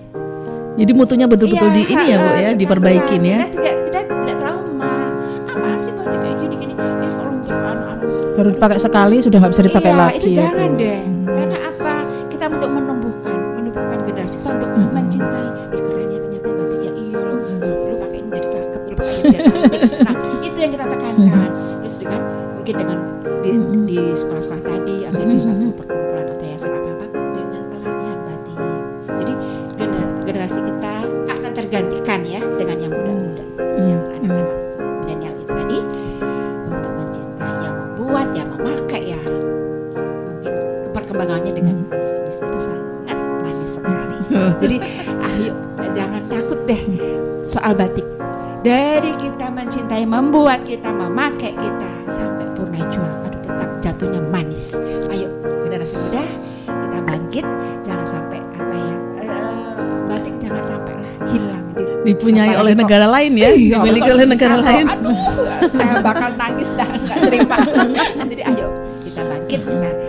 Jadi mutunya betul-betul Iya, di ini ya, Bu ya, kita diperbaikin buat, ya. sehingga Tidak tidak tidak trauma. Apaan sih batik kayak gini gini? Eh kok luntur anu-anu. Baru dipakai sekali sudah nggak bisa dipakai Iya, lagi. itu ya, jangan Bu. deh. Karena apa? Kita untuk menumbuhkan, menumbuhkan generasi kita untuk mencintai. Ih keren ya ternyata batik ya. Iya loh. Lu pakai ini jadi cakep, lu pakai ini jadi cantik. Nah, itu yang kita tekankan. Terus dengan mungkin dengan di, di sekolah-sekolah tadi atau di suatu perkumpulan atau yayasan apa-apa dengan pelatihan batik. Jadi gener- generasi kita akan tergantikan ya dengan yang muda-muda, yang anak-anak milenial itu tadi untuk mencintai, yang membuat, yang memakai ya. Mungkin perkembangannya dengan bisnis itu sangat manis sekali. Jadi ayo jangan takut deh soal batik. Dari kita mencintai, membuat, kita memakai, kita sampai purna jual, aduh tetap jatuhnya manis. Ayo generasi muda kita bangkit, jangan sampai apa ya eh, batik jangan sampai lah hilang di, Dipunyai apalagi oleh kok- negara lain ya, Iya, dimiliki kalau oleh negara kalau- lain. Aduh, saya bakal nangis dah nggak terima. Jadi ayo kita bangkit, kita eh,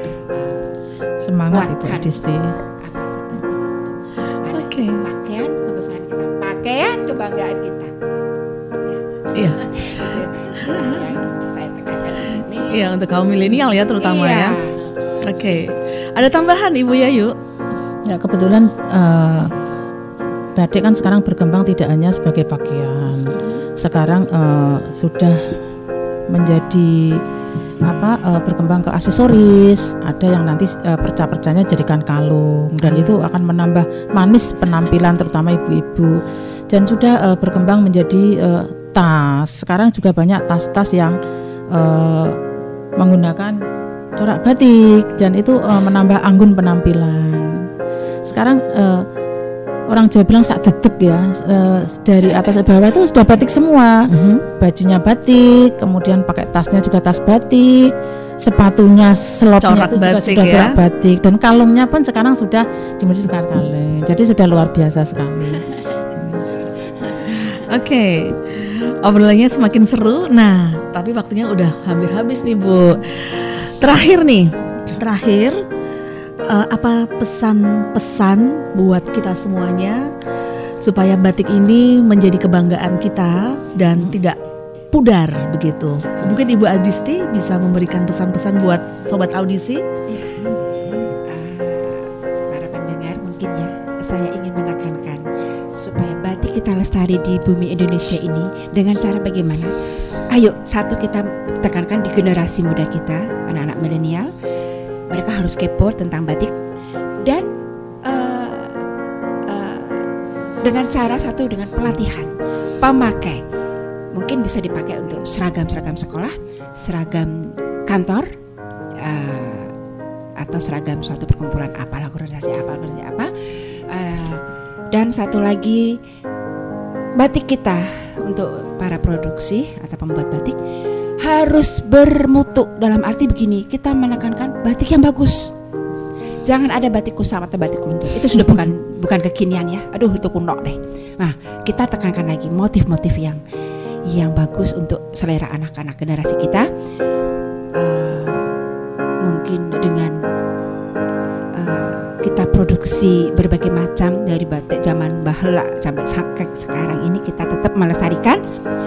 Semangat Ibu kuatkan. Adisti. apa sih batik itu? Karena Oke. itu pakaian kebesaran kita, pakaian kebanggaan kita. Iya. Itu yang saya tekankan di sini. Iya, untuk kaum milenial ya terutama Iya. ya. Oke. Ada tambahan Ibu Yayu? Ya kebetulan eh, batik kan sekarang berkembang tidak hanya sebagai pakaian. Sekarang eh, sudah menjadi apa eh, berkembang ke aksesoris. Ada yang nanti eh, perca-percanya jadikan kalung dan itu akan menambah manis penampilan terutama ibu-ibu. Dan sudah eh, berkembang menjadi eh, tas. Sekarang juga banyak tas-tas yang eh, menggunakan corak batik dan itu uh, menambah anggun penampilan. Sekarang uh, orang Jawa bilang sak dedek ya, uh, dari atas ke bawah itu sudah batik semua. Uh-huh. Bajunya batik, kemudian pakai tasnya juga tas batik, sepatunya selopnya itu juga sudah ya? Corak batik, dan kalungnya pun sekarang sudah dimodifikasi kaleng. Jadi sudah luar biasa sekali. Oke, okay. Obrolannya semakin seru. Nah, tapi waktunya udah hampir habis nih Bu. Terakhir nih, terakhir uh, apa pesan-pesan buat kita semuanya supaya batik ini menjadi kebanggaan kita dan tidak pudar begitu. Mungkin Ibu Adisti bisa memberikan pesan-pesan buat sobat audisi. Ya, uh, para pendengar mungkin ya, saya ingin menekankan supaya batik kita lestari di bumi Indonesia ini dengan cara bagaimana? Ayo, satu kita tekankan di generasi muda kita, anak-anak milenial, mereka harus kepo tentang batik dan uh, uh, dengan cara satu dengan pelatihan, pemakai. Mungkin bisa dipakai untuk seragam-seragam sekolah, seragam kantor, uh, atau seragam suatu perkumpulan apa, organisasi apa, organisasi apa. Uh, dan satu lagi, batik kita untuk para produksi atau pembuat batik harus bermutu, dalam arti begini, kita menekankan batik yang bagus. Jangan ada batik kusam atau batik luntur. Itu sudah bukan bukan kekinian ya. Aduh, itu kuno deh. Nah, kita tekankan lagi motif-motif yang yang bagus untuk selera anak-anak generasi kita. Uh, mungkin dengan uh, kita produksi berbagai macam dari batik zaman bahla sampai sekarang ini, kita tetap melestarikan.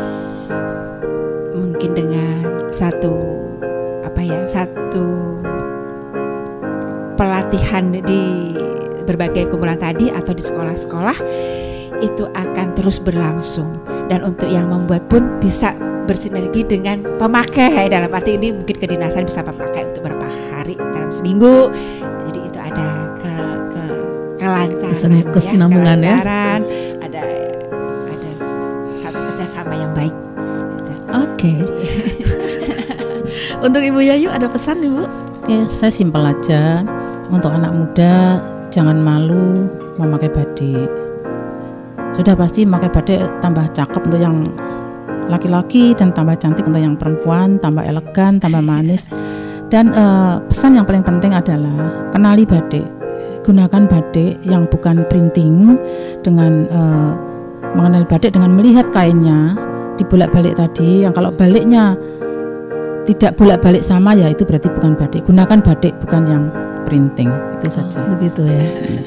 Mungkin dengan satu apa ya satu pelatihan di berbagai kumpulan tadi atau di sekolah-sekolah itu akan terus berlangsung, dan untuk yang membuat pun bisa bersinergi dengan pemakai. Dalam arti ini mungkin kedinasan bisa memakai untuk beberapa hari dalam seminggu. Jadi itu ada ke, ke kelancaran, kesinambungan ya, kelancaran, ya. Ada ada satu kerjasama yang baik. Gitu. Oke. Okay. Untuk Ibu Yayu ada pesan Ibu? Oke, saya simpel aja. Untuk anak muda jangan malu memakai batik. Sudah pasti memakai batik tambah cakep untuk yang laki-laki dan tambah cantik untuk yang perempuan, tambah elegan, tambah manis. Dan uh, pesan yang paling penting adalah kenali batik. Gunakan batik yang bukan printing, dengan uh, mengenal batik dengan melihat kainnya dibolak-balik tadi. Yang kalau baliknya tidak bolak-balik sama, ya itu berarti bukan batik. Gunakan batik bukan yang printing. Itu saja. Oh, begitu ya.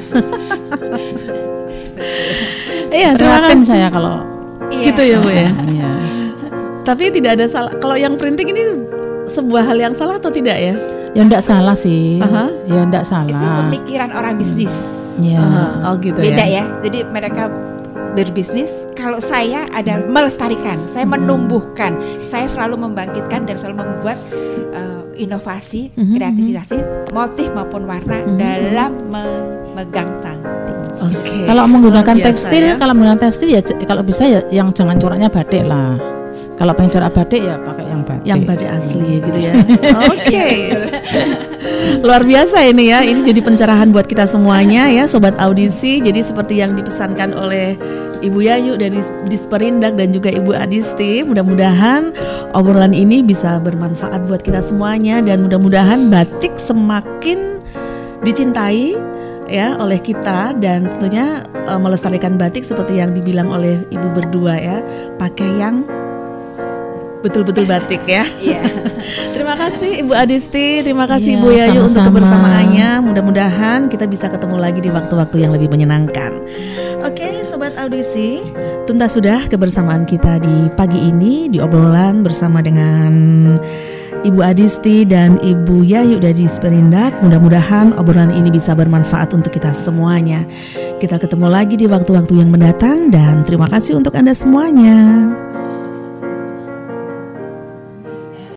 Iya, terima kasih saya kalau iya. Gitu ya Bu ya. Iya. Tapi tidak ada salah. Kalau yang printing ini sebuah hal yang salah atau tidak ya? Ya enggak salah sih. Uh-huh. Ya enggak salah. Itu pemikiran orang bisnis. Iya. Uh-huh. Oh gitu. Beda ya. ya. Jadi mereka berbisnis. Kalau saya ada melestarikan, saya menumbuhkan, saya selalu membangkitkan dan selalu membuat uh, inovasi, uh-huh. kreativitas, motif maupun warna uh-huh. dalam memegang cantik. Okay. Kalau menggunakan tekstil, ya? kalau menggunakan tekstil ya kalau bisa ya yang jangan coraknya batik lah. Kalau pengen corak batik ya pakai yang batik. Yang batik asli gitu ya. Oke. Okay. Luar biasa ini ya. Ini jadi pencerahan buat kita semuanya ya, sobat audisi. Jadi seperti yang dipesankan oleh Ibu Yayu dari Disperindak dan juga Ibu Adisti, mudah-mudahan obrolan ini bisa bermanfaat buat kita semuanya, dan mudah-mudahan batik semakin dicintai ya oleh kita, dan tentunya uh, melestarikan batik seperti yang dibilang oleh Ibu berdua ya, pakai yang betul-betul batik ya. Iya. Terima kasih Ibu Adisti, terima kasih ya, Ibu Yayu sama-sama untuk kebersamaannya. Mudah-mudahan kita bisa ketemu lagi di waktu-waktu yang lebih menyenangkan. Oke, sobat audisi, tuntas sudah kebersamaan kita di pagi ini di obrolan bersama dengan Ibu Adisti dan Ibu Yayu dari Disperindak. Mudah-mudahan obrolan ini bisa bermanfaat untuk kita semuanya. Kita ketemu lagi di waktu-waktu yang mendatang, dan terima kasih untuk Anda semuanya.